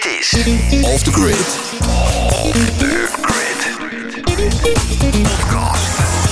is Off the Grid. Off the Grid. Podcast.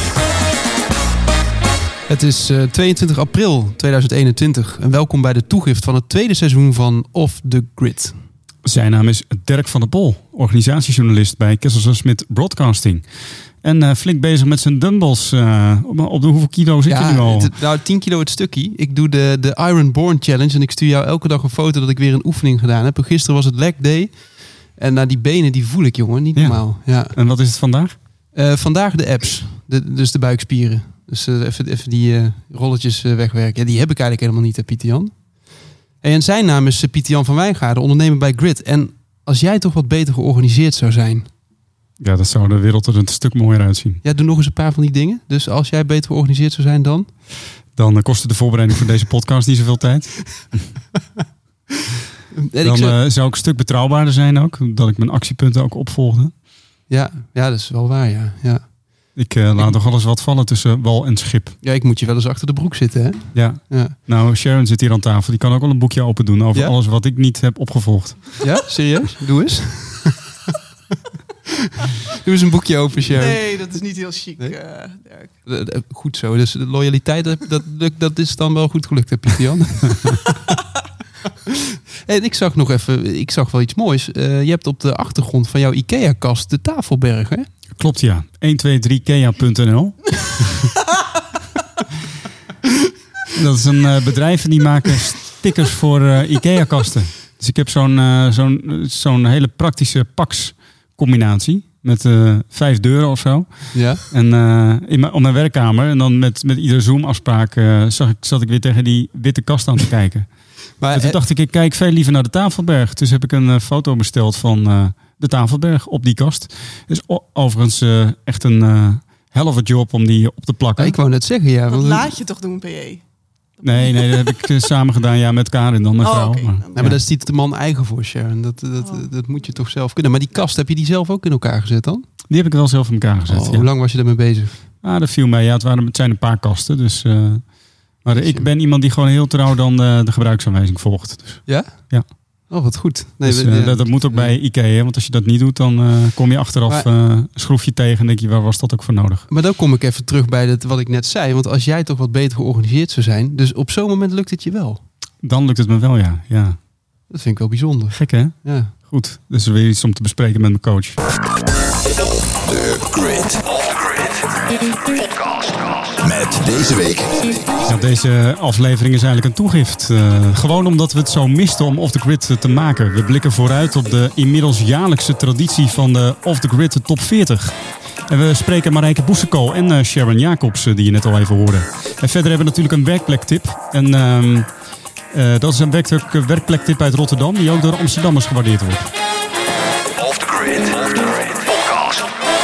Het is 22 april 2021 en welkom bij de toegift van het tweede seizoen van Off the Grid. Zijn naam is Dirk van der Pol, organisatiejournalist bij Kessels & Smit Broadcasting. En flink bezig met zijn dumbbells. Op de hoeveel kilo zit je nu al? 10 kilo het stukje. Ik doe de Ironborn Challenge en ik stuur jou elke dag een foto dat ik weer een oefening gedaan heb. Gisteren was het leg day. En die benen die voel ik, jongen. Niet normaal. Ja. En wat is het vandaag? Vandaag de abs. Dus de buikspieren. Dus even die rolletjes wegwerken. Ja, die heb ik eigenlijk helemaal niet, hè, Pieter Jan. En zijn naam is Pieter Jan van Wijngaarden, ondernemer bij Grid. En als jij toch wat beter georganiseerd zou zijn... Ja, dat zou de wereld er een stuk mooier uitzien. Ja, doe nog eens een paar van die dingen. Dus als jij beter georganiseerd zou zijn dan? Dan kostte de voorbereiding van deze podcast niet zoveel tijd. Dan zou ik een stuk betrouwbaarder zijn ook. Dat ik mijn actiepunten ook opvolgde. Ja, dat is wel waar, ja. Ik laat toch alles wat vallen tussen wal en schip. Ja, ik moet je wel eens achter de broek zitten, hè? Ja. Nou, Sharon zit hier aan tafel. Die kan ook wel een boekje open doen over alles wat ik niet heb opgevolgd. Ja, serieus? Doe eens. Doe eens een boekje open, Sharon. Nee, dat is niet heel chic, nee? Dirk. Goed zo. Dus de loyaliteit, dat is dan wel goed gelukt, hè, Pieter Jan? En ik zag wel iets moois. Je hebt op de achtergrond van jouw IKEA-kast de Tafelberg, hè? Klopt, ja. 123kea.nl. Dat is een bedrijf die maken stickers voor IKEA-kasten. Dus ik heb zo'n hele praktische Pax-combinatie. Met 5 deuren of zo. Ja. En op mijn werkkamer. En dan met iedere Zoom-afspraak zat ik weer tegen die witte kast aan te kijken. Maar toen dacht ik kijk veel liever naar de Tafelberg. Dus heb ik een foto besteld van de Tafelberg op die kast. Is overigens echt een hell of a job om die op te plakken. Ja, ik wou net zeggen, ja. Dat laat je toch doen, PJ? Nee, dat heb ik samen gedaan. Ja, met Karin dan, mijn vrouw. Okay. Maar dat is niet de man eigen voor, Sharon. Dat moet je toch zelf kunnen. Maar die kast, heb je die zelf ook in elkaar gezet dan? Die heb ik wel zelf in elkaar gezet, Hoe lang was je daarmee bezig? Dat viel mee. Ja, het zijn een paar kasten. Dus, maar ik ben iemand die gewoon heel trouw dan de gebruiksaanwijzing volgt. Dus. Ja? Ja. Oh, wat goed. Nee, dus, dat moet ook bij IKEA. Want als je dat niet doet, dan kom je achteraf een schroefje tegen. En denk je, waar was dat ook voor nodig? Maar dan kom ik even terug bij wat ik net zei. Want als jij toch wat beter georganiseerd zou zijn. Dus op zo'n moment lukt het je wel. Dan lukt het me wel, ja. Dat vind ik wel bijzonder. Gek, hè? Ja. Goed. Dus weer iets om te bespreken met mijn coach. The Grid. Podcast. Met deze week. Ja, deze aflevering is eigenlijk een toegift. Gewoon omdat we het zo misten om Off the Grid te maken. We blikken vooruit op de inmiddels jaarlijkse traditie van de Off the Grid Top 40. En we spreken Marijke Boesekool en Sharon Jacobs, die je net al even hoorde. En verder hebben we natuurlijk een werkplektip. En dat is een werkplektip uit Rotterdam, die ook door de Amsterdammers gewaardeerd wordt. Off the Grid. Podcast.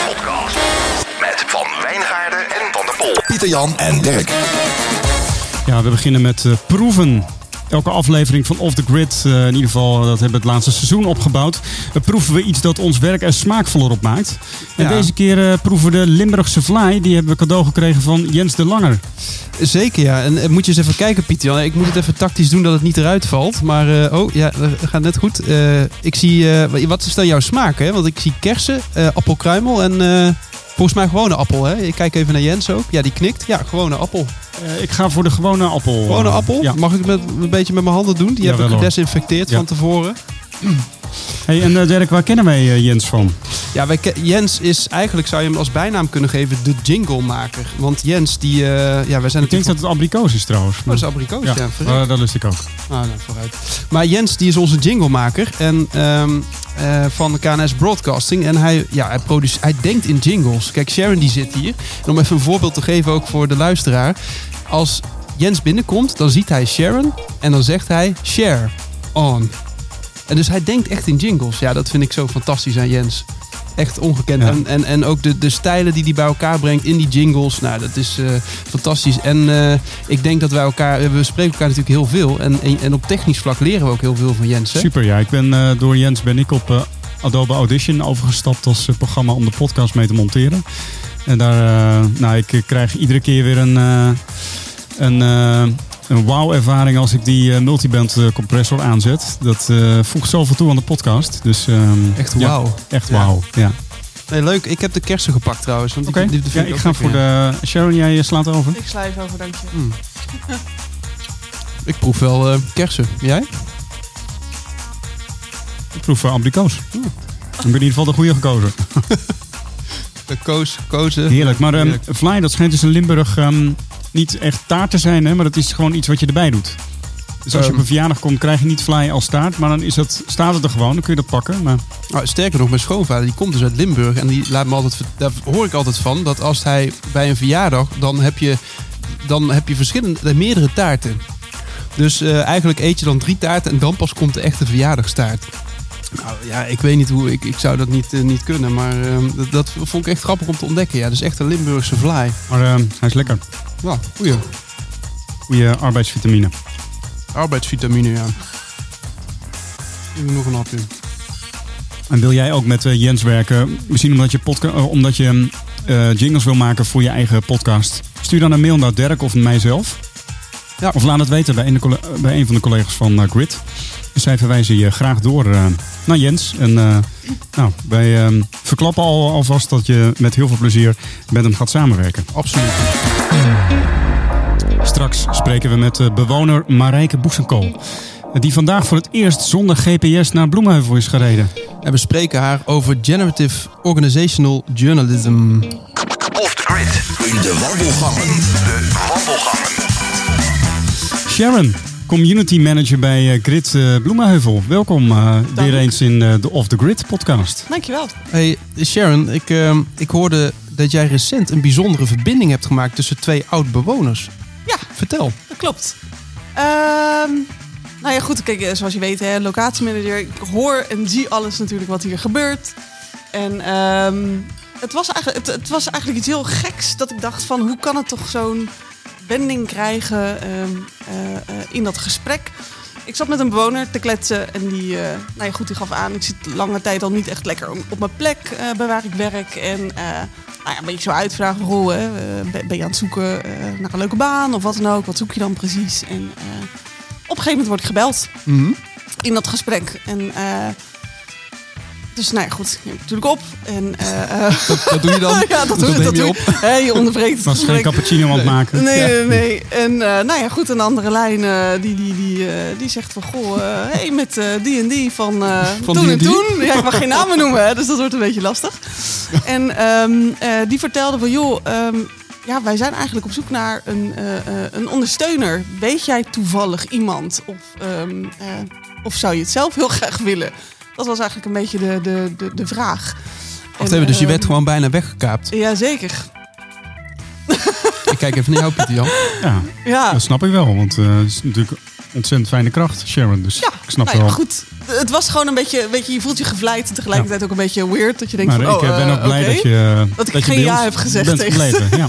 Met Van Wijngaarden en Van der Pol. Pieter Jan en Dirk. Ja, we beginnen met proeven. Elke aflevering van Off the Grid, in ieder geval dat hebben we het laatste seizoen opgebouwd. Proeven we iets dat ons werk er smaakvoller op maakt. En deze keer proeven we de Limburgse vlaai. Die hebben we cadeau gekregen van Jens de Langer. Zeker, ja. En moet je eens even kijken, Pieter Jan. Ik moet het even tactisch doen dat het niet eruit valt. Maar dat gaat net goed. Ik zie, wat is dan jouw smaak? Hè? Want ik zie kersen, appelkruimel en volgens mij gewone appel. Hè? Ik kijk even naar Jens ook. Ja, die knikt. Ja, gewone appel. Ik ga voor de gewone appel. Gewone appel? Ja. Mag ik het een beetje met mijn handen doen? Die heb ik gedesinfecteerd van tevoren. Hey, en Dirk, waar kennen wij Jens van? Ja, Jens is eigenlijk, zou je hem als bijnaam kunnen geven, de jinglemaker. Want Jens, die... wij zijn natuurlijk... Ik denk dat het abrikoos is trouwens. Oh, dat is abrikoos, ja. Dat lust ik ook. Nou, vooruit. Maar Jens, die is onze jinglemaker. En van de KNS Broadcasting. En hij denkt in jingles. Kijk, Sharon die zit hier. En om even een voorbeeld te geven ook voor de luisteraar. Als Jens binnenkomt, dan ziet hij Sharon. En dan zegt hij, share on. En dus hij denkt echt in jingles. Ja, dat vind ik zo fantastisch aan Jens. Echt ongekend. Ja. En ook de stijlen die hij bij elkaar brengt in die jingles. Nou, dat is fantastisch. En ik denk dat we spreken elkaar natuurlijk heel veel. En op technisch vlak leren we ook heel veel van Jens. Hè? Super, ja. Door Jens ben ik op Adobe Audition overgestapt als programma om de podcast mee te monteren. En daar, ik krijg iedere keer weer een een wow-ervaring als ik die multiband compressor aanzet. Dat voegt zoveel toe aan de podcast. Dus, Echt wauw. Ja, echt wauw, ja. Nee, leuk. Ik heb de kersen gepakt trouwens. Want Oké, ik ga voor de... Sharon, jij slaat over? Ik sla even over, dank je. Ik proef wel kersen. Jij? Ik proef abrikoos. Ik heb in ieder geval de goede gekozen. Kozen. Heerlijk. Maar Fly, dat schijnt dus in Limburg niet echt taart te zijn, hè? Maar dat is gewoon iets wat je erbij doet. Dus als je op een verjaardag komt, krijg je niet Fly als taart. Maar dan staat het er gewoon, dan kun je dat pakken. Maar... Sterker nog, mijn schoonvader die komt dus uit Limburg. En die laat me altijd, daar hoor ik altijd van, dat als hij bij een verjaardag, dan heb je meerdere taarten. Dus eigenlijk eet je dan 3 taarten en dan pas komt de echte verjaardagstaart. Nou ja, ik weet niet hoe, ik zou dat niet kunnen. Maar dat vond ik echt grappig om te ontdekken. Ja, dat is echt een Limburgse Fly. Maar hij is lekker. Ja, goeie. Goeie arbeidsvitamine. Arbeidsvitamine, ja. Ik heb nog een hapje. En wil jij ook met Jens werken? Misschien omdat je jingles wil maken voor je eigen podcast. Stuur dan een mail naar Dirk of mijzelf. Ja. Of laat het weten bij een van de collega's van Grid. Dus zij verwijzen je graag door naar Jens. En wij verklappen alvast dat je met heel veel plezier met hem gaat samenwerken. Absoluut. Straks spreken we met bewoner Marijke Boesenkool. Die vandaag voor het eerst zonder GPS naar Bloemenheuvel is gereden. En we spreken haar over Generative Organizational Journalism. Off the grid. In de wandelgangen. Sharon, community manager bij Grid Bloemenheuvel. Welkom weer eens in de Off the Grid podcast. Dankjewel. Hey Sharon, ik hoorde dat jij recent een bijzondere verbinding hebt gemaakt tussen 2 oud-bewoners. Ja, vertel. Dat klopt. Nou ja, goed, kijk, zoals je weet, locatiemanager. Ik hoor en zie alles natuurlijk wat hier gebeurt. En het was eigenlijk iets heel geks dat ik dacht van, hoe kan het toch zo'n wending krijgen in dat gesprek. Ik zat met een bewoner te kletsen en die gaf aan, ik zit lange tijd al niet echt lekker op mijn plek bij waar ik werk. En een beetje zo uitvragen, ben je aan het zoeken naar een leuke baan of wat dan ook? Wat zoek je dan precies? En op een gegeven moment word ik gebeld in dat gesprek. En dus je neemt natuurlijk op. En, dat doe je dan? Ja, dat doe je op. Je onderbreekt het. Was geen cappuccino aan het maken? Nee. En een andere lijn die zegt van, met die en die van toen en toen. Ja, ik mag geen namen noemen, hè, dus dat wordt een beetje lastig. En die vertelde van, wij zijn eigenlijk op zoek naar een ondersteuner. Weet jij toevallig iemand? Of zou je het zelf heel graag willen? Dat was eigenlijk een beetje de vraag. Wacht even, dus je werd gewoon bijna weggekaapt? Jazeker. Ik kijk even naar jou, Pieter Jan. Ja, dat snap ik wel. Want het is natuurlijk ontzettend fijne kracht, Sharon. Dus ik snap wel. Goed. Het was gewoon een beetje, je voelt je gevleid en tegelijkertijd ook een beetje weird. Dat je denkt maar van, ik ben ook blij dat ik geen ja heb gezegd bent gebleven. Ja.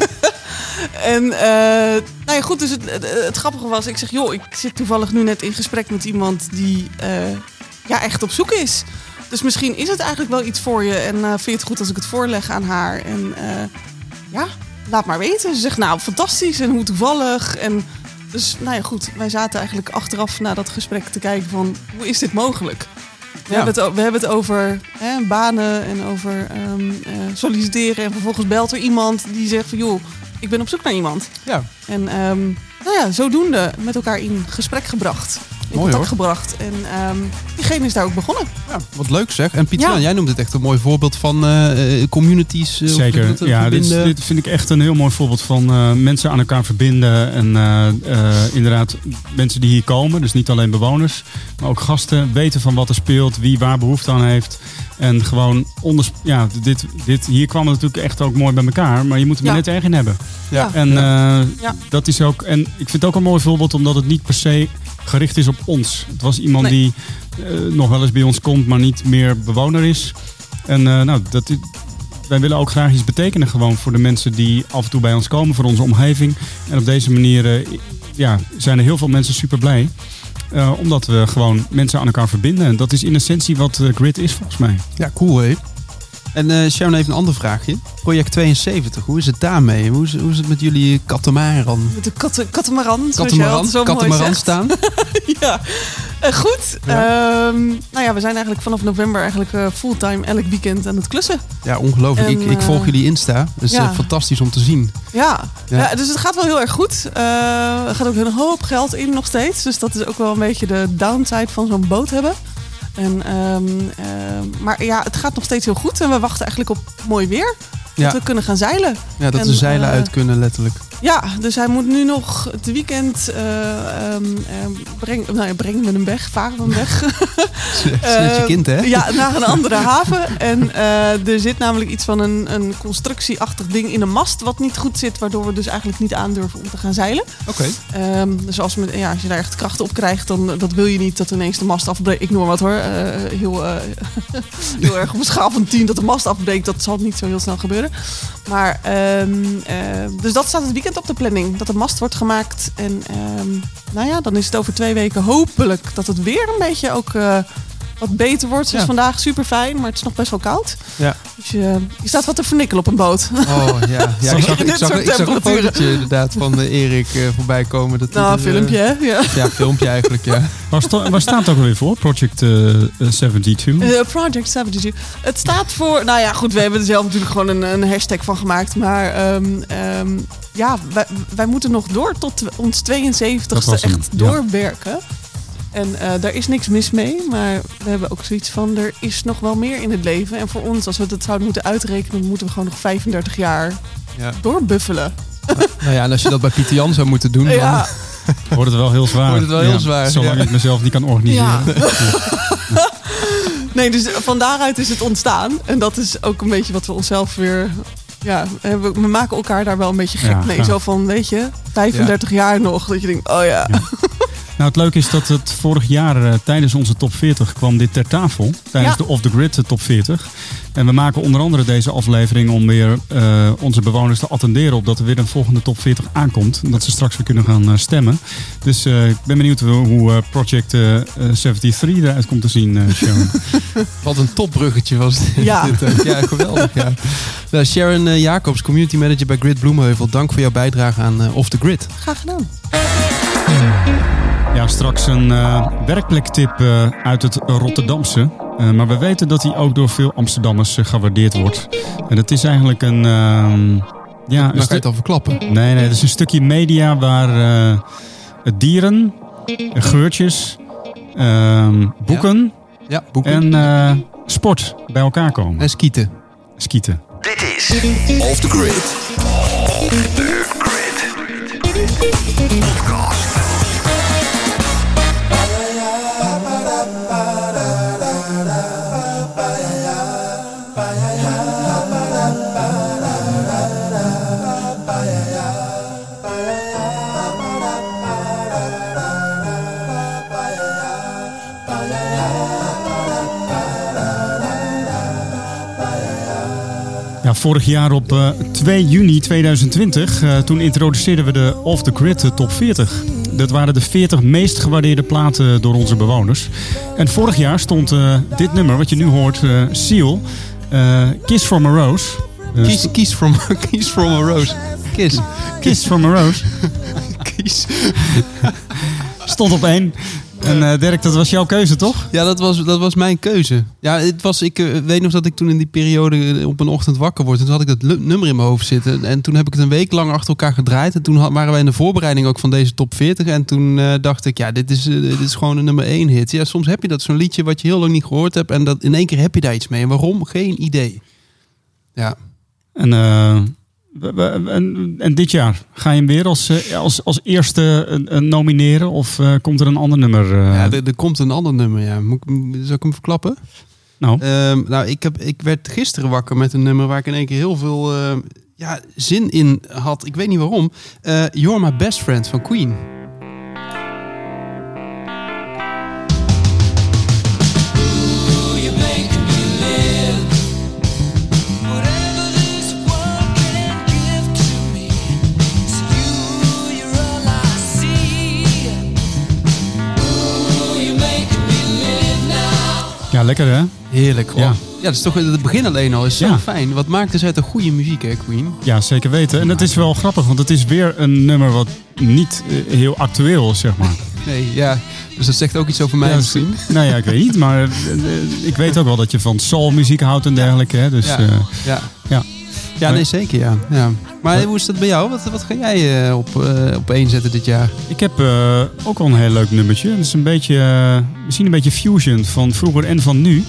En goed, dus het grappige was, ik zeg, ik zit toevallig nu net in gesprek met iemand die echt op zoek is. Dus misschien is het eigenlijk wel iets voor je. En vind je het goed als ik het voorleg aan haar? En laat maar weten. Ze zegt, fantastisch en hoe toevallig. En dus, goed, wij zaten eigenlijk achteraf na dat gesprek te kijken van, hoe is dit mogelijk? We hebben het over banen en over solliciteren. En vervolgens belt er iemand die zegt van, ik ben op zoek naar iemand. Ja. En zodoende met elkaar in gesprek gebracht. In contact gebracht. En diegene is daar ook begonnen. Ja, wat leuk zeg. En Pieter, jij noemt het echt een mooi voorbeeld van communities. Zeker. Dit vind ik echt een heel mooi voorbeeld van mensen aan elkaar verbinden. En inderdaad hier die komen. Dus niet alleen bewoners, maar ook gasten. Weten van wat er speelt, wie waar behoefte aan heeft. En gewoon hier kwam het natuurlijk echt ook mooi bij elkaar. Maar je moet er maar net erg in hebben. Ja. En dat is ook. En ik vind het ook een mooi voorbeeld, omdat het niet per se gericht is op ons. Het was iemand die nog wel eens bij ons komt, maar niet meer bewoner is. En wij willen ook graag iets betekenen gewoon voor de mensen die af en toe bij ons komen, voor onze omgeving. En op deze manier zijn er heel veel mensen super blij. Omdat we gewoon mensen aan elkaar verbinden. En dat is in essentie wat Grid is volgens mij. Ja, cool hè. En Sharon, even een ander vraagje. Project 72, hoe is het daarmee? Hoe is het met jullie katamaran? Met de katamaran, staan? Ja, goed. Ja. Nou ja, we zijn eigenlijk vanaf november fulltime elk weekend aan het klussen. Ja, ongelooflijk. Ik volg jullie Insta. Dat is fantastisch om te zien. Ja, dus het gaat wel heel erg goed. Er gaat ook een hoop geld in nog steeds. Dus dat is ook wel een beetje de downside van zo'n boot hebben. Maar ja, het gaat nog steeds heel goed. En we wachten eigenlijk op mooi weer. Dat we kunnen gaan zeilen. Ja, dat de zeilen uit kunnen letterlijk. Ja, dus hij moet nu nog het weekend brengen we hem weg, varen we hem weg. Net je kind, hè? Ja, naar een andere haven. En er zit namelijk iets van een constructieachtig ding in een mast wat niet goed zit, waardoor we dus eigenlijk niet aandurven om te gaan zeilen. Oké. Dus als je daar echt krachten op krijgt, dan dat wil je niet dat ineens de mast afbreekt. Ik noem maar wat hoor. Heel erg op een schaal van 10 dat de mast afbreekt, dat zal niet zo heel snel gebeuren. Maar dus dat staat het weekend op de planning. Dat de mast wordt gemaakt. En dan is het over 2 weken hopelijk dat het weer een beetje ook wat beter wordt. Zoals vandaag, super fijn, maar het is nog best wel koud. Ja. Dus je staat wat te vernikkelen op een boot. Oh ja, ik zag een fotootje inderdaad van Erik voorbij komen. Filmpje hè? Ja, filmpje eigenlijk, ja. Waar staat het ook alweer voor? Project 72? Project 72. Het staat voor... Nou ja, goed, we hebben er zelf natuurlijk gewoon een hashtag van gemaakt. Maar wij moeten nog door tot ons 72ste echt doorwerken. En daar is niks mis mee, maar we hebben ook zoiets van, er is nog wel meer in het leven. En voor ons, als we dat zouden moeten uitrekenen, moeten we gewoon nog 35 jaar doorbuffelen. Nou ja, en als je dat bij Pieter Jan zou moeten doen, dan wordt het wel heel zwaar. Zolang ik mezelf niet kan organiseren. Ja. Nee, dus van daaruit is het ontstaan. En dat is ook een beetje wat we onszelf weer... Ja, we maken elkaar daar wel een beetje gek mee. Zo van, weet je, 35 jaar nog. Dat je denkt, oh ja. Nou, het leuke is dat het vorig jaar tijdens onze top 40 kwam dit ter tafel. Tijdens de Off The Grid top 40. En we maken onder andere deze aflevering om weer onze bewoners te attenderen op dat er weer een volgende top 40 aankomt. En dat ze straks weer kunnen gaan stemmen. Dus ik ben benieuwd hoe Project 73 eruit komt te zien, Sharon. Wat een topbruggetje was dit. Ja, ja geweldig. Ja. Nou, Sharon Jacobs, community manager bij Grid Bloemheuvel. Dank voor jouw bijdrage aan Off The Grid. Graag gedaan. Ja, straks een werkplektip uit het Rotterdamse. Maar we weten dat die ook door veel Amsterdammers gewaardeerd wordt. En het is eigenlijk een... Dan ga je het al verklappen. Nee, het is een stukje media waar dieren, geurtjes, boeken, boeken en sport bij elkaar komen. En skieten. Dit is Off The Grid. Off The Grid. Podcast. Ja, vorig jaar op 2 juni 2020, toen introduceerden we de Off The Grid top 40. Dat waren de 40 meest gewaardeerde platen door onze bewoners. En vorig jaar stond dit nummer, wat je nu hoort, Seal, Kiss From A Rose. Kiss from a Rose. Kiss From A Rose. Kies. Stond op 1. En Dirk, dat was jouw keuze, toch? Ja, dat was mijn keuze. Ja, ik weet nog dat ik toen in die periode op een ochtend wakker word. En toen had ik dat nummer in mijn hoofd zitten. En toen heb ik het een week lang achter elkaar gedraaid. En toen waren wij in de voorbereiding ook van deze top 40. En toen dacht ik, ja, dit is gewoon een nummer 1 hit. Ja, soms heb je dat, zo'n liedje wat je heel lang niet gehoord hebt. En dat in één keer heb je daar iets mee. En waarom? Geen idee. Ja. En dit jaar, ga je hem weer als eerste nomineren? Of komt er een ander nummer? Ja, er komt een ander nummer, ja. Zal ik hem verklappen? Nou, ik werd gisteren wakker met een nummer waar ik in één keer heel veel zin in had. Ik weet niet waarom. You're My Best Friend van Queen. Ja, Ja, lekker hè? Heerlijk. Ja. Ja, dat is toch het begin alleen al is zo fijn. Wat maakt dus uit de goede muziek, hè, Queen? Ja, zeker weten. En het is wel grappig, want het is weer een nummer wat niet heel actueel is, zeg maar. Nee, ja. Dus dat zegt ook iets over mij misschien. Nou ja, ik weet niet, maar ik weet ook wel dat je van soulmuziek houdt en dergelijke. Hè? Dus, Ja, nee, zeker ja. Maar hoe is dat bij jou? Wat ga jij op één zetten dit jaar? Ik heb ook wel een heel leuk nummertje. Het is een beetje, misschien een beetje fusion van vroeger en van nu.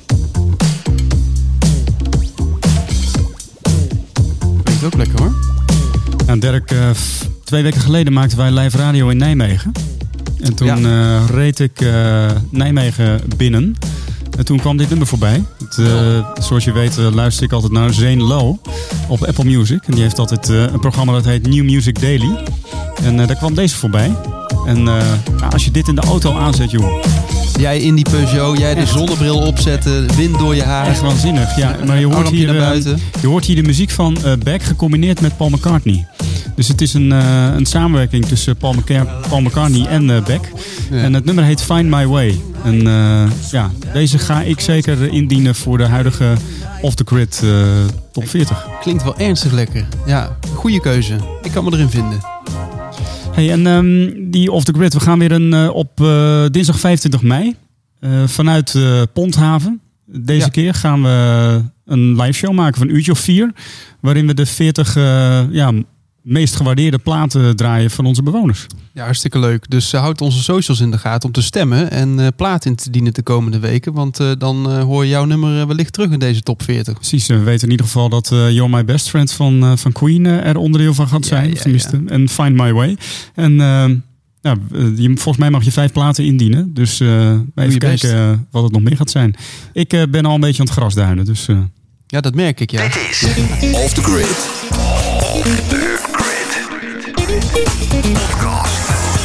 Klinkt ook lekker hoor. Nou, Dirk, 2 weken geleden maakten wij live radio in Nijmegen. En toen reed ik Nijmegen binnen. En toen kwam dit nummer voorbij. Zoals je weet luister ik altijd naar Zane Lowe op Apple Music. En die heeft altijd een programma dat heet New Music Daily. En daar kwam deze voorbij. En als je dit in de auto aanzet, joh. Jij in die Peugeot, jij de zonnebril opzetten, wind door je haar. Echt waanzinnig, ja. Maar je hoort hier de muziek van Beck gecombineerd met Paul McCartney. Dus het is een samenwerking tussen Paul McCartney en Beck. Ja. En het nummer heet Find My Way. En deze ga ik zeker indienen voor de huidige Off The Grid top 40. Klinkt wel ernstig lekker. Ja, goede keuze. Ik kan me erin vinden. Hey, en die Off The Grid, we gaan weer op dinsdag 25 mei vanuit Ponthaven. Deze keer gaan we een live show maken van een uurtje of 4. Waarin we de 40 meest gewaardeerde platen draaien van onze bewoners. Ja, hartstikke leuk. Dus houd onze socials in de gaten om te stemmen en platen in te dienen de komende weken. Want dan hoor je jouw nummer wellicht terug in deze top 40. Precies, we weten in ieder geval dat You're My Best Friend van Queen er onderdeel van gaat zijn. Tenminste. En Find My Way. En volgens mij mag je 5 platen indienen. Dus even kijken wat het nog meer gaat zijn. Ik ben al een beetje aan het grasduinen. Dus, ja, dat merk ik, ja. Dit is Off The Grid. Off The Grid. Podcast.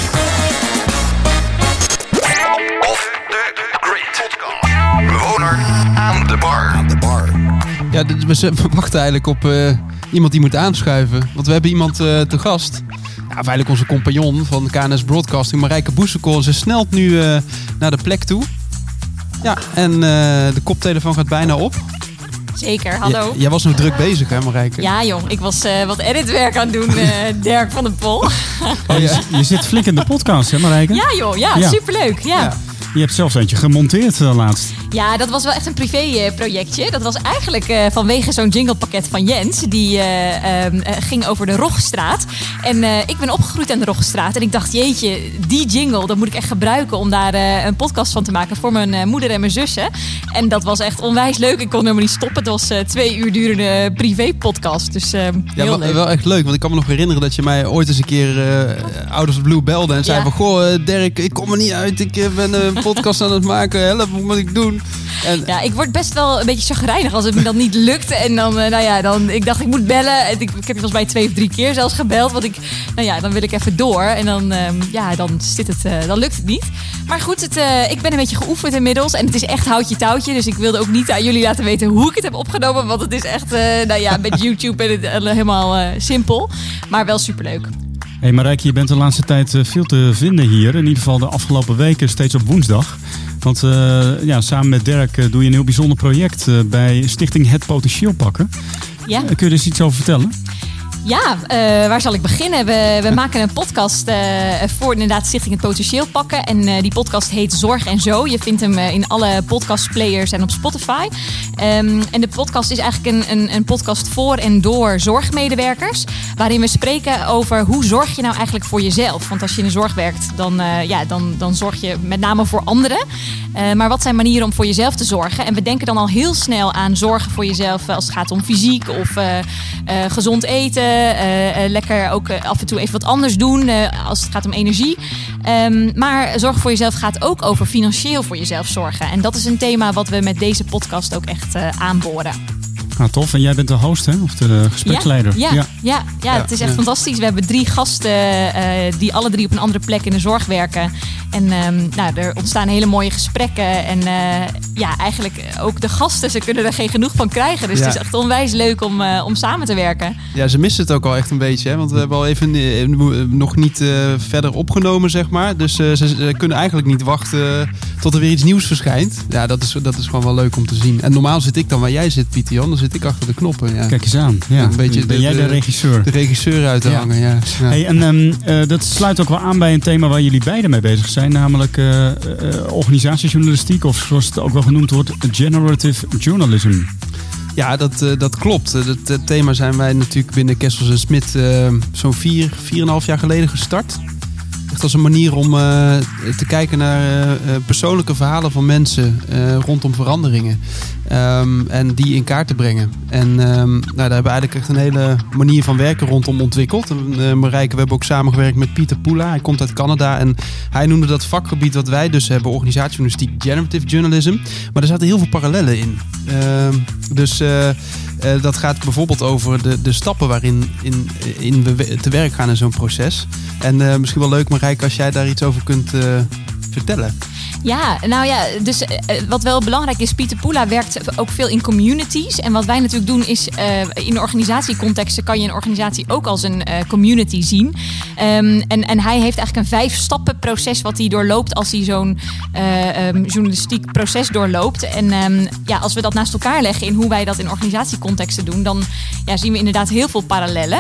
Off The Grid. Bewoner aan de bar. Ja, we wachten eigenlijk op iemand die moet aanschuiven. Want we hebben iemand te gast. Ja, eigenlijk onze compagnon van KNS Broadcasting, Marijke Boesekool. Ze snelt nu naar de plek toe. Ja, en de koptelefoon gaat bijna op. Zeker, hallo. Jij was nog druk bezig, hè, Marijke? Ja, joh. Ik was wat editwerk aan het doen, Dirk van den Pol. Je zit flink in de podcast, hè, Marijke? Ja, joh. Ja, superleuk. Ja. Je hebt zelfs eentje gemonteerd laatst. Ja, dat was wel echt een privéprojectje. Dat was eigenlijk vanwege zo'n jinglepakket van Jens. Die ging over de Roggestraat. En ik ben opgegroeid aan de Roggestraat. En ik dacht, jeetje, die jingle, dat moet ik echt gebruiken om daar een podcast van te maken voor mijn moeder en mijn zussen. En dat was echt onwijs leuk. Ik kon helemaal niet stoppen. Het was 2 uur durende privé-podcast. Dus heel leuk. Wel echt leuk. Want ik kan me nog herinneren dat je mij ooit eens een keer Out of the Blue belde. En zei van, goh, Dirk, ik kom er niet uit. Ik ben een podcast aan het maken. Help, wat moet ik doen? En... Ja, ik word best wel een beetje chagrijnig als het me dan niet lukt. En dan, ik dacht ik moet bellen. Ik heb je volgens mij 2 of 3 keer zelfs gebeld. Want dan wil ik even door. En dan lukt het niet. Maar goed, ik ben een beetje geoefend inmiddels. En het is echt houtje touwtje. Dus ik wilde ook niet aan jullie laten weten hoe ik het heb opgenomen. Want het is echt, met YouTube en het helemaal simpel. Maar wel superleuk. Hey Marijke, je bent de laatste tijd veel te vinden hier. In ieder geval de afgelopen weken steeds op woensdag. Want samen met Dirk doe je een heel bijzonder project bij Stichting Het Potentieel Pakken. Ja. Kun je er eens iets over vertellen? Ja, waar zal ik beginnen? We maken een podcast voor inderdaad Stichting Het Potentieel Pakken. En die podcast heet Zorg en Zo. Je vindt hem in alle podcastplayers en op Spotify. En de podcast is eigenlijk een podcast voor en door zorgmedewerkers. Waarin we spreken over hoe zorg je nou eigenlijk voor jezelf. Want als je in de zorg werkt, dan zorg je met name voor anderen. Maar wat zijn manieren om voor jezelf te zorgen? En we denken dan al heel snel aan zorgen voor jezelf als het gaat om fysiek of gezond eten. Lekker ook af en toe even wat anders doen als het gaat om energie. Maar zorg voor jezelf gaat ook over financieel voor jezelf zorgen. En dat is een thema wat we met deze podcast ook echt aanboren. Ah, tof. En jij bent de host, hè? Of de gespreksleider? Ja. Ja, het is echt fantastisch. We hebben 3 gasten die alle 3 op een andere plek in de zorg werken. En er ontstaan hele mooie gesprekken. En eigenlijk ook de gasten, ze kunnen er geen genoeg van krijgen. Dus het is echt onwijs leuk om samen te werken. Ja, ze missen het ook al echt een beetje. Hè? Want we hebben al even nog niet verder opgenomen, zeg maar. Dus ze kunnen eigenlijk niet wachten tot er weer iets nieuws verschijnt. Ja, dat is gewoon wel leuk om te zien. En normaal zit ik dan waar jij zit, Pieter Jan. Dan zit ik achter de knoppen. Ja. Kijk eens aan. Ja. Een beetje ben jij de regisseur? De regisseur uit te hangen, ja. Hey, en dat sluit ook wel aan bij een thema waar jullie beiden mee bezig zijn. Namelijk organisatiejournalistiek. Of zoals het ook wel genoemd wordt, generative journalism. Ja, dat klopt. Dat thema zijn wij natuurlijk binnen Kessels & Smit zo'n 4,5 jaar geleden gestart. Echt als een manier om te kijken naar persoonlijke verhalen van mensen rondom veranderingen. En die in kaart te brengen. En daar hebben we eigenlijk echt een hele manier van werken rondom ontwikkeld. Marijke, we hebben ook samengewerkt met Pieter Poela. Hij komt uit Canada en hij noemde dat vakgebied wat wij dus hebben, organisatiejournalistiek, generative journalism. Maar er zaten heel veel parallellen in. Dat gaat bijvoorbeeld over de stappen waarin we te werk gaan in zo'n proces. En misschien wel leuk, Marijke, als jij daar iets over kunt vertellen. Ja, dus wat wel belangrijk is, Pieter Poela werkt ook veel in communities. En wat wij natuurlijk doen is, in de organisatiecontexten kan je een organisatie ook als een community zien. En hij heeft eigenlijk een 5-stappen proces wat hij doorloopt als hij zo'n journalistiek proces doorloopt. En als we dat naast elkaar leggen in hoe wij dat in organisatiecontexten doen, dan zien we inderdaad heel veel parallellen.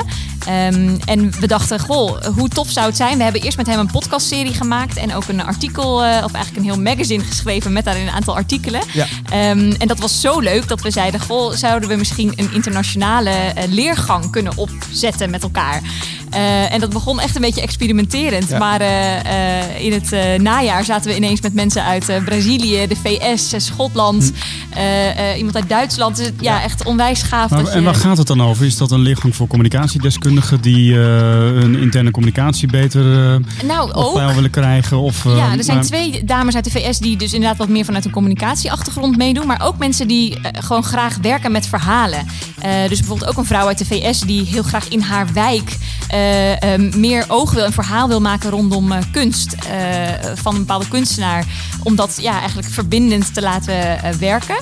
En we dachten, hoe tof zou het zijn. We hebben eerst met hem een podcastserie gemaakt en ook een artikel, of eigenlijk een heel magazine geschreven met daarin een aantal artikelen. Ja. En dat was zo leuk dat we zeiden, zouden we misschien een internationale leergang kunnen opzetten met elkaar. En dat begon echt een beetje experimenterend. Ja. Maar in het najaar zaten we ineens met mensen uit Brazilië, de VS, Schotland, iemand uit Duitsland. Dus echt onwijs gaaf. En waar gaat het dan over? Is dat een leergang voor communicatiedeskundigen die hun interne communicatie beter op peil willen krijgen? Of, er zijn 2 dames uit de VS die dus inderdaad wat meer vanuit een communicatieachtergrond meedoen. Maar ook mensen die gewoon graag werken met verhalen. Dus bijvoorbeeld ook een vrouw uit de VS die heel graag in haar wijk meer oog wil en verhaal wil maken rondom kunst van een bepaalde kunstenaar. Om dat eigenlijk verbindend te laten werken.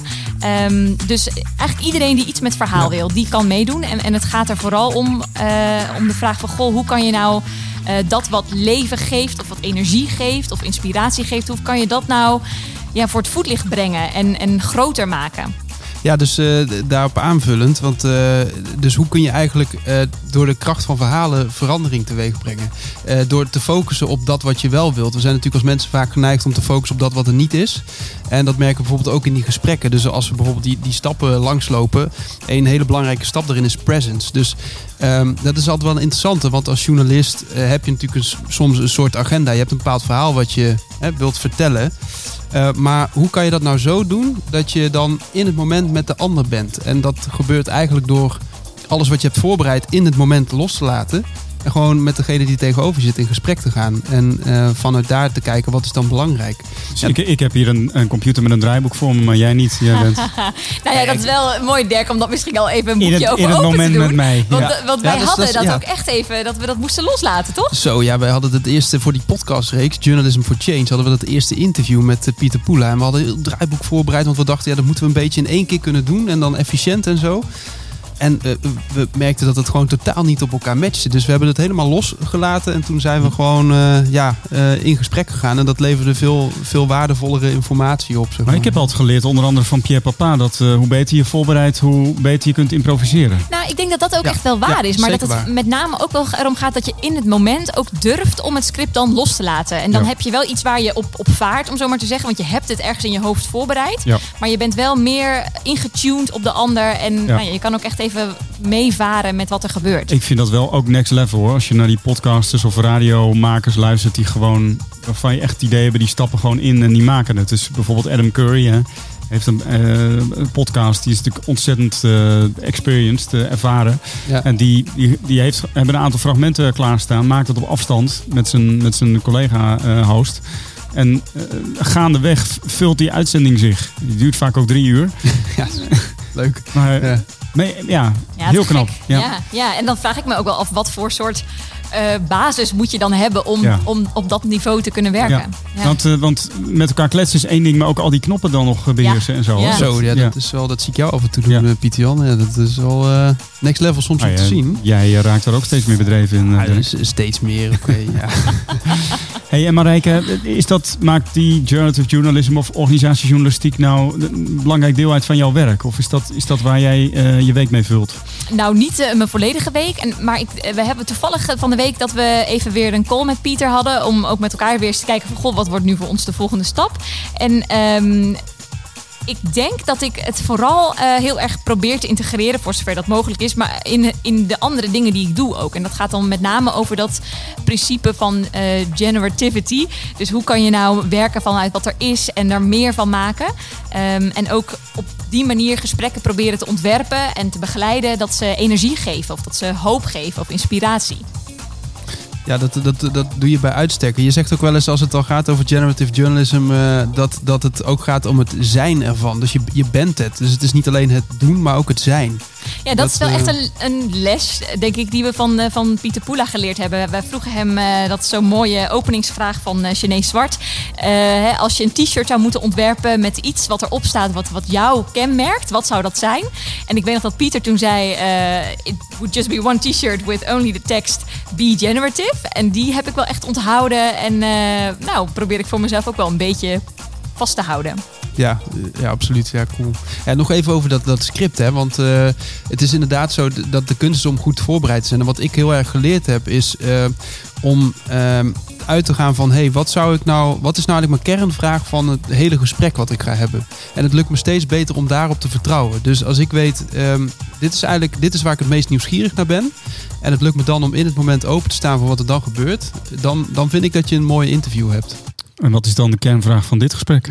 Dus eigenlijk iedereen die iets met verhaal wil, die kan meedoen. En het gaat er vooral om de vraag van, hoe kan je nou dat wat leven geeft of wat energie geeft of inspiratie geeft, hoe kan je dat nou voor het voetlicht brengen en groter maken? Ja, dus daarop aanvullend. Want dus hoe kun je eigenlijk door de kracht van verhalen verandering teweeg brengen? Door te focussen op dat wat je wel wilt. We zijn natuurlijk als mensen vaak geneigd om te focussen op dat wat er niet is. En dat merken we bijvoorbeeld ook in die gesprekken. Dus als we bijvoorbeeld die stappen langslopen. Een hele belangrijke stap daarin is presence. Dus dat is altijd wel een interessante. Want als journalist heb je natuurlijk soms een soort agenda. Je hebt een bepaald verhaal wat je wilt vertellen. Maar hoe kan je dat nou zo doen dat je dan in het moment met de ander bent? En dat gebeurt eigenlijk door alles wat je hebt voorbereid in het moment los te laten. En gewoon met degene die tegenover zit in gesprek te gaan. En vanuit daar te kijken, wat is dan belangrijk? Dus ik heb hier een computer met een draaiboek voor me, maar jij niet. Jij bent... dat is wel mooi, Dirk, om dat misschien al even een boekje over in het open moment te doen. Met mij. Want wij hadden dat ook echt even, dat we dat moesten loslaten, toch? Zo, wij hadden het eerste voor die podcastreeks, Journalism for Change, hadden we dat eerste interview met Pieter Poela. En we hadden een draaiboek voorbereid, want we dachten, dat moeten we een beetje in 1 keer kunnen doen. En dan efficiënt en zo. En we merkten dat het gewoon totaal niet op elkaar matchte. Dus we hebben het helemaal losgelaten. En toen zijn we gewoon in gesprek gegaan. En dat leverde veel waardevollere informatie op. Zeg maar. Maar ik heb altijd geleerd, onder andere van Pierre Papa, dat hoe beter je voorbereidt, hoe beter je kunt improviseren. Nou, ik denk dat dat ook echt wel waar is. Maar dat het met name ook wel erom gaat dat je in het moment ook durft om het script dan los te laten. En dan heb je wel iets waar je op vaart, om zo maar te zeggen. Want je hebt het ergens in je hoofd voorbereid. Ja. Maar je bent wel meer ingetuned op de ander. En je kan ook echt even meevaren met wat er gebeurt. Ik vind dat wel ook next level, hoor. Als je naar die podcasters of radiomakers luistert die gewoon, waarvan je echt het idee hebben, die stappen gewoon in en die maken het. Dus bijvoorbeeld Adam Curry heeft een podcast, die is natuurlijk ontzettend experienced, ervaren. Ja. En die hebben een aantal fragmenten klaarstaan, maakt het op afstand met zijn collega-host. En gaandeweg vult die uitzending zich. Die duurt vaak ook 3 uur. Ja, leuk. Maar heel knap. Ja, en dan vraag ik me ook wel af wat voor soort basis moet je dan hebben om op dat niveau te kunnen werken. Ja. Want met elkaar kletsen is één ding, maar ook al die knoppen dan nog beheersen en zo. Ja. Dat zie ik jou af en toe doen, Pieter Jan. Ja, dat is wel next level soms om te zien. Jij raakt daar ook steeds meer bedreven in. Steeds meer, oké. Ja. Hey, en Marijke, maakt die generative journalism of organisatiejournalistiek nou een belangrijk deel uit van jouw werk? Of is dat waar jij je week mee vult? Nou, niet mijn volledige week. Maar we hebben toevallig van de week dat we even weer een call met Pieter hadden. Om ook met elkaar weer eens te kijken van, goh, wat wordt nu voor ons de volgende stap? En ik denk dat ik het vooral heel erg probeer te integreren, voor zover dat mogelijk is, maar in de andere dingen die ik doe ook. En dat gaat dan met name over dat principe van generativity. Dus hoe kan je nou werken vanuit wat er is en er meer van maken? En ook op die manier gesprekken proberen te ontwerpen en te begeleiden dat ze energie geven of dat ze hoop geven of inspiratie. Ja, dat doe je bij uitstek. Je zegt ook wel eens als het al gaat over generative journalism dat het ook gaat om het zijn ervan. Dus je bent het. Dus het is niet alleen het doen, maar ook het zijn. Ja, dat is wel echt een les, denk ik, die we van Pieter Poela geleerd hebben. Wij vroegen hem, dat is zo'n mooie openingsvraag van Jeanne Zwart. Als je een t-shirt zou moeten ontwerpen met iets wat erop staat, wat jou kenmerkt, wat zou dat zijn? En ik weet nog dat Pieter toen zei, it would just be one t-shirt with only the text be generative. En die heb ik wel echt onthouden en probeer ik voor mezelf ook wel een beetje vast te houden. Ja, absoluut. Ja, cool. Ja, nog even over dat script, hè? Want het is inderdaad zo dat de kunst is om goed voorbereid te zijn. En wat ik heel erg geleerd heb is om uit te gaan van, wat is nou eigenlijk mijn kernvraag van het hele gesprek wat ik ga hebben. En het lukt me steeds beter om daarop te vertrouwen. Dus als ik weet, dit is waar ik het meest nieuwsgierig naar ben. En het lukt me dan om in het moment open te staan voor wat er dan gebeurt. Dan vind ik dat je een mooi interview hebt. En wat is dan de kernvraag van dit gesprek?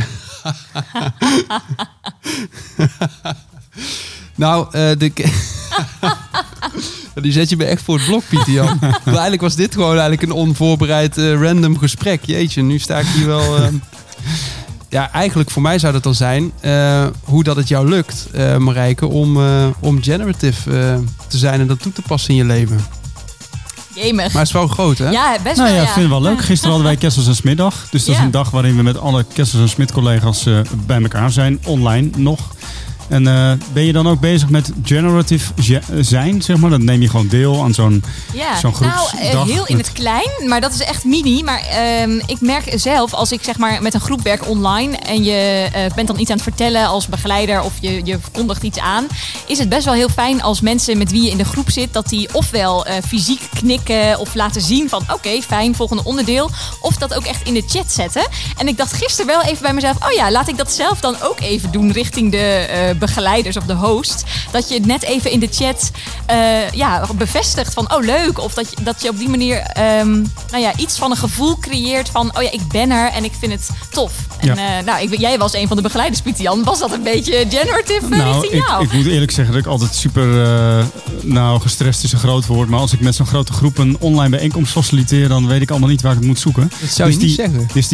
Die zet je me echt voor het blok, Pieter Jan. Maar eigenlijk was dit gewoon een onvoorbereid random gesprek. Jeetje, nu sta ik hier wel... eigenlijk voor mij zou dat dan zijn hoe dat het jou lukt, Marijke, om generative te zijn en dat toe te passen in je leven. Jemig. Maar het is wel groot, hè? Ja, best wel. Ik vind het wel leuk. Gisteren hadden wij Kessels en Smiddag. Dus dat is een dag waarin we met alle Kessels en Smit collega's bij elkaar zijn. Online nog. En ben je dan ook bezig met generative zijn, zeg maar? Dan neem je gewoon deel aan zo'n groepsdag. Nou, heel in het klein, maar dat is echt mini. Maar ik merk zelf, als ik zeg maar met een groep werk online en je bent dan iets aan het vertellen als begeleider of je kondigt iets aan, is het best wel heel fijn als mensen met wie je in de groep zit, dat die ofwel fysiek knikken of laten zien van oké, fijn, volgende onderdeel. Of dat ook echt in de chat zetten. En ik dacht gisteren wel even bij mezelf, laat ik dat zelf dan ook even doen richting de begeleiders of de host. Dat je net even in de chat bevestigt van leuk. Of dat je op die manier iets van een gevoel creëert van ik ben er en ik vind het tof. En jij was een van de begeleiders, Pieter Jan. Was dat een beetje generative richting jou? Ik moet eerlijk zeggen dat ik altijd super gestrest is een groot woord. Maar als ik met zo'n grote groep een online bijeenkomst faciliteer, dan weet ik allemaal niet waar ik het moet zoeken. Dat zou je niet zeggen. Dus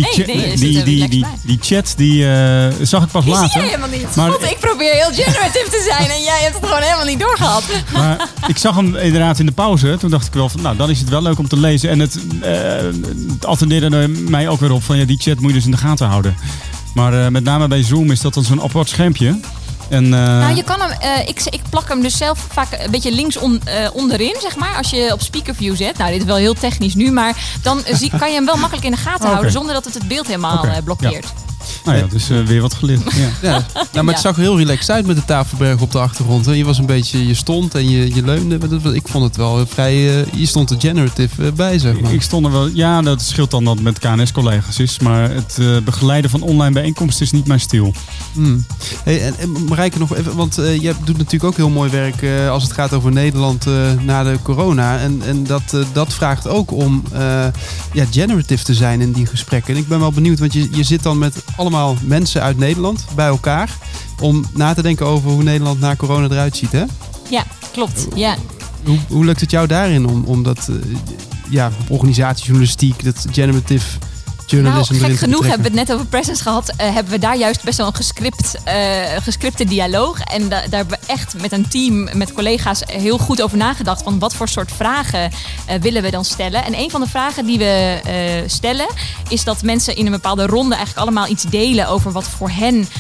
die chat, die zag ik pas later. Zie jij helemaal niet. Maar ik probeer heel generative te zijn en jij hebt het gewoon helemaal niet doorgehad. Maar ik zag hem inderdaad in de pauze. Toen dacht ik wel van, dan is het wel leuk om te lezen. En het attendeerde mij ook weer op van, die chat moet je dus in de gaten houden. Maar met name bij Zoom is dat dan zo'n apart schermpje. En, je kan hem, ik plak hem dus zelf vaak een beetje links onderin, zeg maar. Als je op speakerview zet. Nou, dit is wel heel technisch nu, maar dan kan je hem wel makkelijk in de gaten houden zonder dat het beeld helemaal blokkeert. Ja. Nou ja, dus weer wat geleerd. Ja. Maar het zag er heel relaxed uit met de tafelberg op de achtergrond. Hè? Je stond en je leunde. Ik vond het wel vrij... je stond er generative bij, zeg maar. Ik stond er wel... Ja, dat scheelt dan dat het met KNS-collega's is. Maar het begeleiden van online bijeenkomsten is niet mijn stil. Hey, en Marijke, nog even... Want jij doet natuurlijk ook heel mooi werk als het gaat over Nederland na de corona. En dat vraagt ook om generative te zijn in die gesprekken. En ik ben wel benieuwd, want je zit dan met allemaal mensen uit Nederland bij elkaar om na te denken over hoe Nederland na corona eruit ziet, hè? Ja, klopt. Ja. Hoe lukt het jou daarin om dat organisatiejournalistiek, dat generative journalism Nou, erin gek te genoeg betrekken. hebben we het net over presence gehad. Hebben we daar juist best wel een gescripte dialoog. En daar hebben we echt met een team, met collega's heel goed over nagedacht. Van wat voor soort vragen willen we dan stellen. En een van de vragen die we stellen is dat mensen in een bepaalde ronde eigenlijk allemaal iets delen over wat voor hen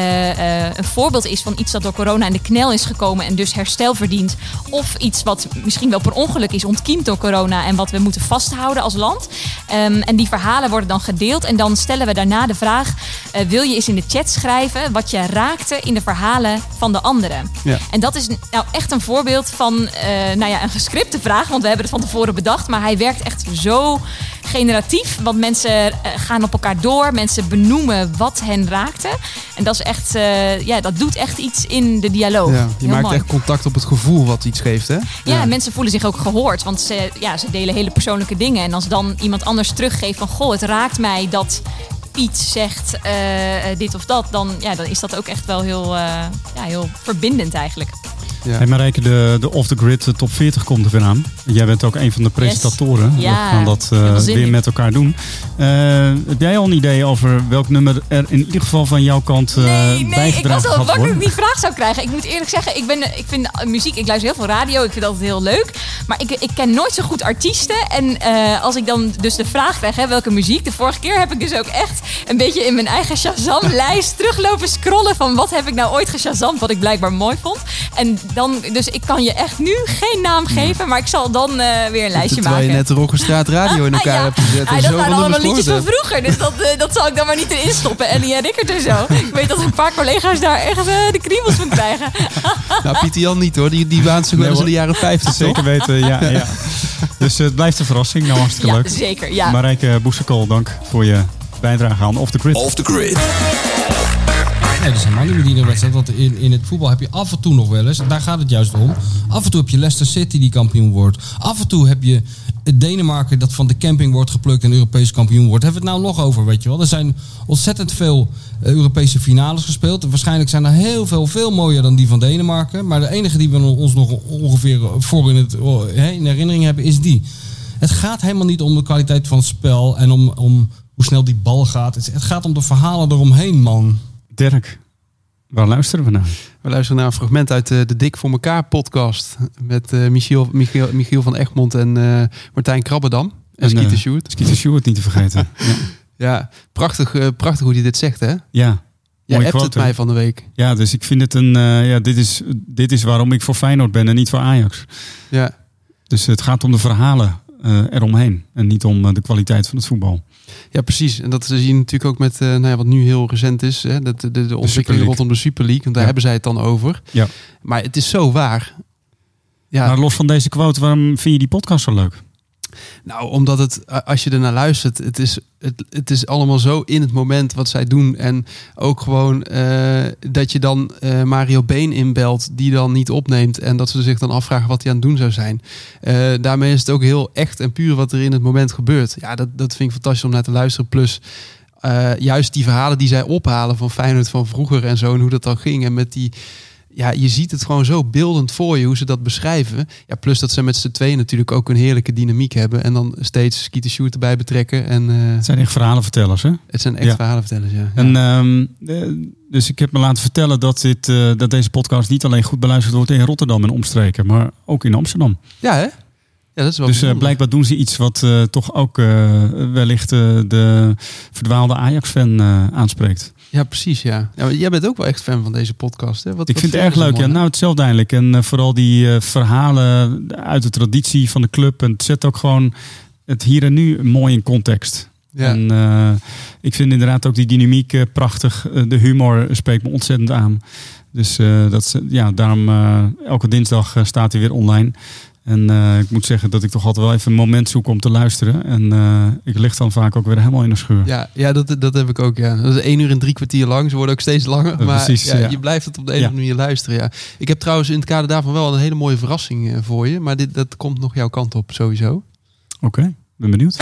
een voorbeeld is van iets dat door corona in de knel is gekomen en dus herstel verdient. Of iets wat misschien wel per ongeluk is ontkiemd door corona en wat we moeten vasthouden als land. En die verhalen worden dan gedeeld en dan stellen we daarna de vraag, wil je eens in de chat schrijven wat je raakte in de verhalen van de anderen? Ja. En dat is nou echt een voorbeeld van een gescripte vraag, want we hebben het van tevoren bedacht, maar hij werkt echt zo generatief, want mensen gaan op elkaar door, mensen benoemen wat hen raakte. En dat is echt, dat doet echt iets in de dialoog. Ja, je Heel maakt mooi. echt contact op het gevoel wat iets geeft, hè? Ja, mensen voelen zich ook gehoord, want ze delen hele persoonlijke dingen. En als dan iemand anders teruggeeft van, goh, het raakt mij dat Piet zegt dit of dat, dan is dat ook echt wel heel verbindend eigenlijk. Ja. Hey Marijke, de Off The Grid top 40 komt er weer aan. Jij bent ook een van de presentatoren. Yes. Ja, we gaan dat zin weer in. met elkaar doen. Heb jij al een idee over welk nummer er in ieder geval van jouw kant Nee, ik bijgedragen was al gaat bang dat worden? ik die vraag zou krijgen. Ik moet eerlijk zeggen, ik vind muziek, ik luister heel veel radio, ik vind dat altijd heel leuk. Maar ik ken nooit zo goed artiesten. En als ik dan dus de vraag krijg, welke muziek. De vorige keer heb ik dus ook echt een beetje in mijn eigen Shazam-lijst teruglopen scrollen van wat heb ik nou ooit geshazamd, wat ik blijkbaar mooi vond. En dan, dus ik kan je echt nu geen naam geven, maar ik zal dan weer een lijstje Terwijl je maken. net de Roggenstraat Radio in elkaar hebt gezet. En dat zo waren van allemaal nummers liedjes van gehoord hebt. vroeger, dus dat zal ik dan maar niet erin stoppen. Ellie en Rickert en zo. Ik weet dat een paar collega's daar echt de kriebels van krijgen. Nou, Pieter Jan niet hoor. Die waant zich wel eens in de jaren 50, toch? Zeker weten, ja. Dus het blijft een verrassing. Nou, hartstikke Ja, leuk. zeker. Ja. Marijke Boesekol, dank voor je bijdrage aan Off The Grid. Off the Grid. Nee, dat is helemaal niet meer die wedstrijd. Want in het voetbal heb je af en toe nog wel eens, daar gaat het juist om. Af en toe heb je Leicester City die kampioen wordt. Af en toe heb je Denemarken dat van de camping wordt geplukt en Europees kampioen wordt. Hebben we het nou nog over, weet je wel. Er zijn ontzettend veel Europese finales gespeeld. Waarschijnlijk zijn er heel veel mooier dan die van Denemarken. Maar de enige die we ons nog ongeveer voor in herinnering hebben is die. Het gaat helemaal niet om de kwaliteit van het spel en om hoe snel die bal gaat. Het gaat om de verhalen eromheen, man. Dirk, waar luisteren we naar? We luisteren naar een fragment uit de Dik voor elkaar podcast. Met Michiel van Egmond en Martijn Krabbedam. En Skeeter Sjoerd. Skeeter Sjoerd niet te vergeten. Ja, prachtig hoe hij dit zegt, hè? Ja. Jij Mooie appt het quote, mij van de week. Ja, dus ik vind het dit is waarom ik voor Feyenoord ben en niet voor Ajax. Ja. Dus het gaat om de verhalen eromheen en niet om de kwaliteit van het voetbal. Ja, precies. En dat zie je natuurlijk ook met wat nu heel recent is. Hè? De ontwikkeling rondom de Super League. Want daar hebben zij het dan over. Ja. Maar het is zo waar. Ja. Maar los van deze quote, waarom vind je die podcast zo leuk? Nou, omdat het, als je ernaar luistert, het is allemaal zo in het moment wat zij doen. En ook gewoon dat je dan Mario Been inbelt, die dan niet opneemt. En dat ze zich dan afvragen wat hij aan het doen zou zijn. Daarmee is het ook heel echt en puur wat er in het moment gebeurt. Ja, dat vind ik fantastisch om naar te luisteren. Plus juist die verhalen die zij ophalen van Feyenoord van vroeger en zo. En hoe dat dan ging. En met die... Ja, je ziet het gewoon zo beeldend voor je, hoe ze dat beschrijven. Ja, plus dat ze met z'n tweeën natuurlijk ook een heerlijke dynamiek hebben. En dan steeds Skeeter Sjoerd erbij betrekken. En, het zijn echt verhalenvertellers, hè? Het zijn echt verhalenvertellers, ja. En, dus ik heb me laten vertellen dat deze podcast niet alleen goed beluisterd wordt in Rotterdam en omstreken, maar ook in Amsterdam. Ja, hè? Ja, dat is wel dus blijkbaar doen ze iets wat toch ook wellicht de verdwaalde Ajax-fan aanspreekt. Ja, precies, ja. Jij bent ook wel echt fan van deze podcast, hè? Ik vind het erg leuk, ja. Nou, hetzelfde eigenlijk. En vooral die verhalen uit de traditie van de club. En het zet ook gewoon het hier en nu mooi in context. Ja. En ik vind inderdaad ook die dynamiek prachtig. De humor spreekt me ontzettend aan. Dus daarom elke dinsdag staat hij weer online. En ik moet zeggen dat ik toch altijd wel even een moment zoek om te luisteren. En ik lig dan vaak ook weer helemaal in de schuur. Ja, dat heb ik ook, ja. Dat is 1 uur en 3 kwartier lang. Ze worden ook steeds langer. Maar precies, ja. Je blijft het op de een of andere manier luisteren, ja. Ik heb trouwens in het kader daarvan wel een hele mooie verrassing voor je. Maar dat komt nog jouw kant op, sowieso. Oké, ben benieuwd.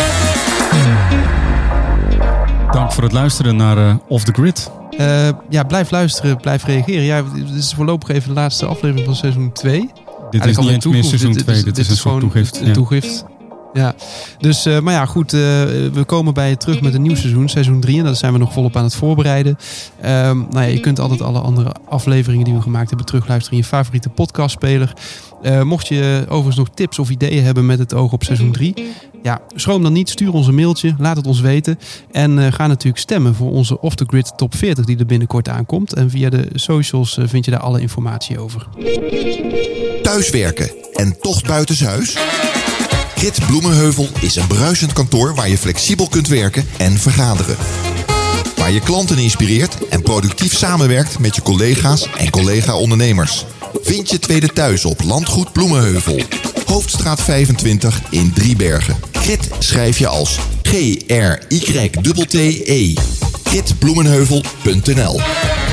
Dank voor het luisteren naar Off The Grid. Blijf luisteren, blijf reageren. Ja, dit is voorlopig even de laatste aflevering van seizoen 2. Dit is niet eens meer seizoen 2, dit is een soort toegift. Een toegift. Ja, dus, maar ja, goed. We komen bij je terug met een nieuw seizoen, seizoen 3. En daar zijn we nog volop aan het voorbereiden. Je kunt altijd alle andere afleveringen die we gemaakt hebben terugluisteren in je favoriete podcastspeler. Mocht je overigens nog tips of ideeën hebben met het oog op seizoen 3... ja, schroom dan niet. Stuur ons een mailtje. Laat het ons weten. En ga natuurlijk stemmen voor onze Off The Grid Top 40 die er binnenkort aankomt. En via de socials vind je daar alle informatie over. Thuiswerken en toch buitenshuis? Grit Bloemenheuvel is een bruisend kantoor waar je flexibel kunt werken en vergaderen. Waar je klanten inspireert en productief samenwerkt met je collega's en collega-ondernemers. Vind je tweede thuis op Landgoed Bloemenheuvel. Hoofdstraat 25 in Driebergen. Grit schrijf je als GRYTTE. Gritbloemenheuvel.nl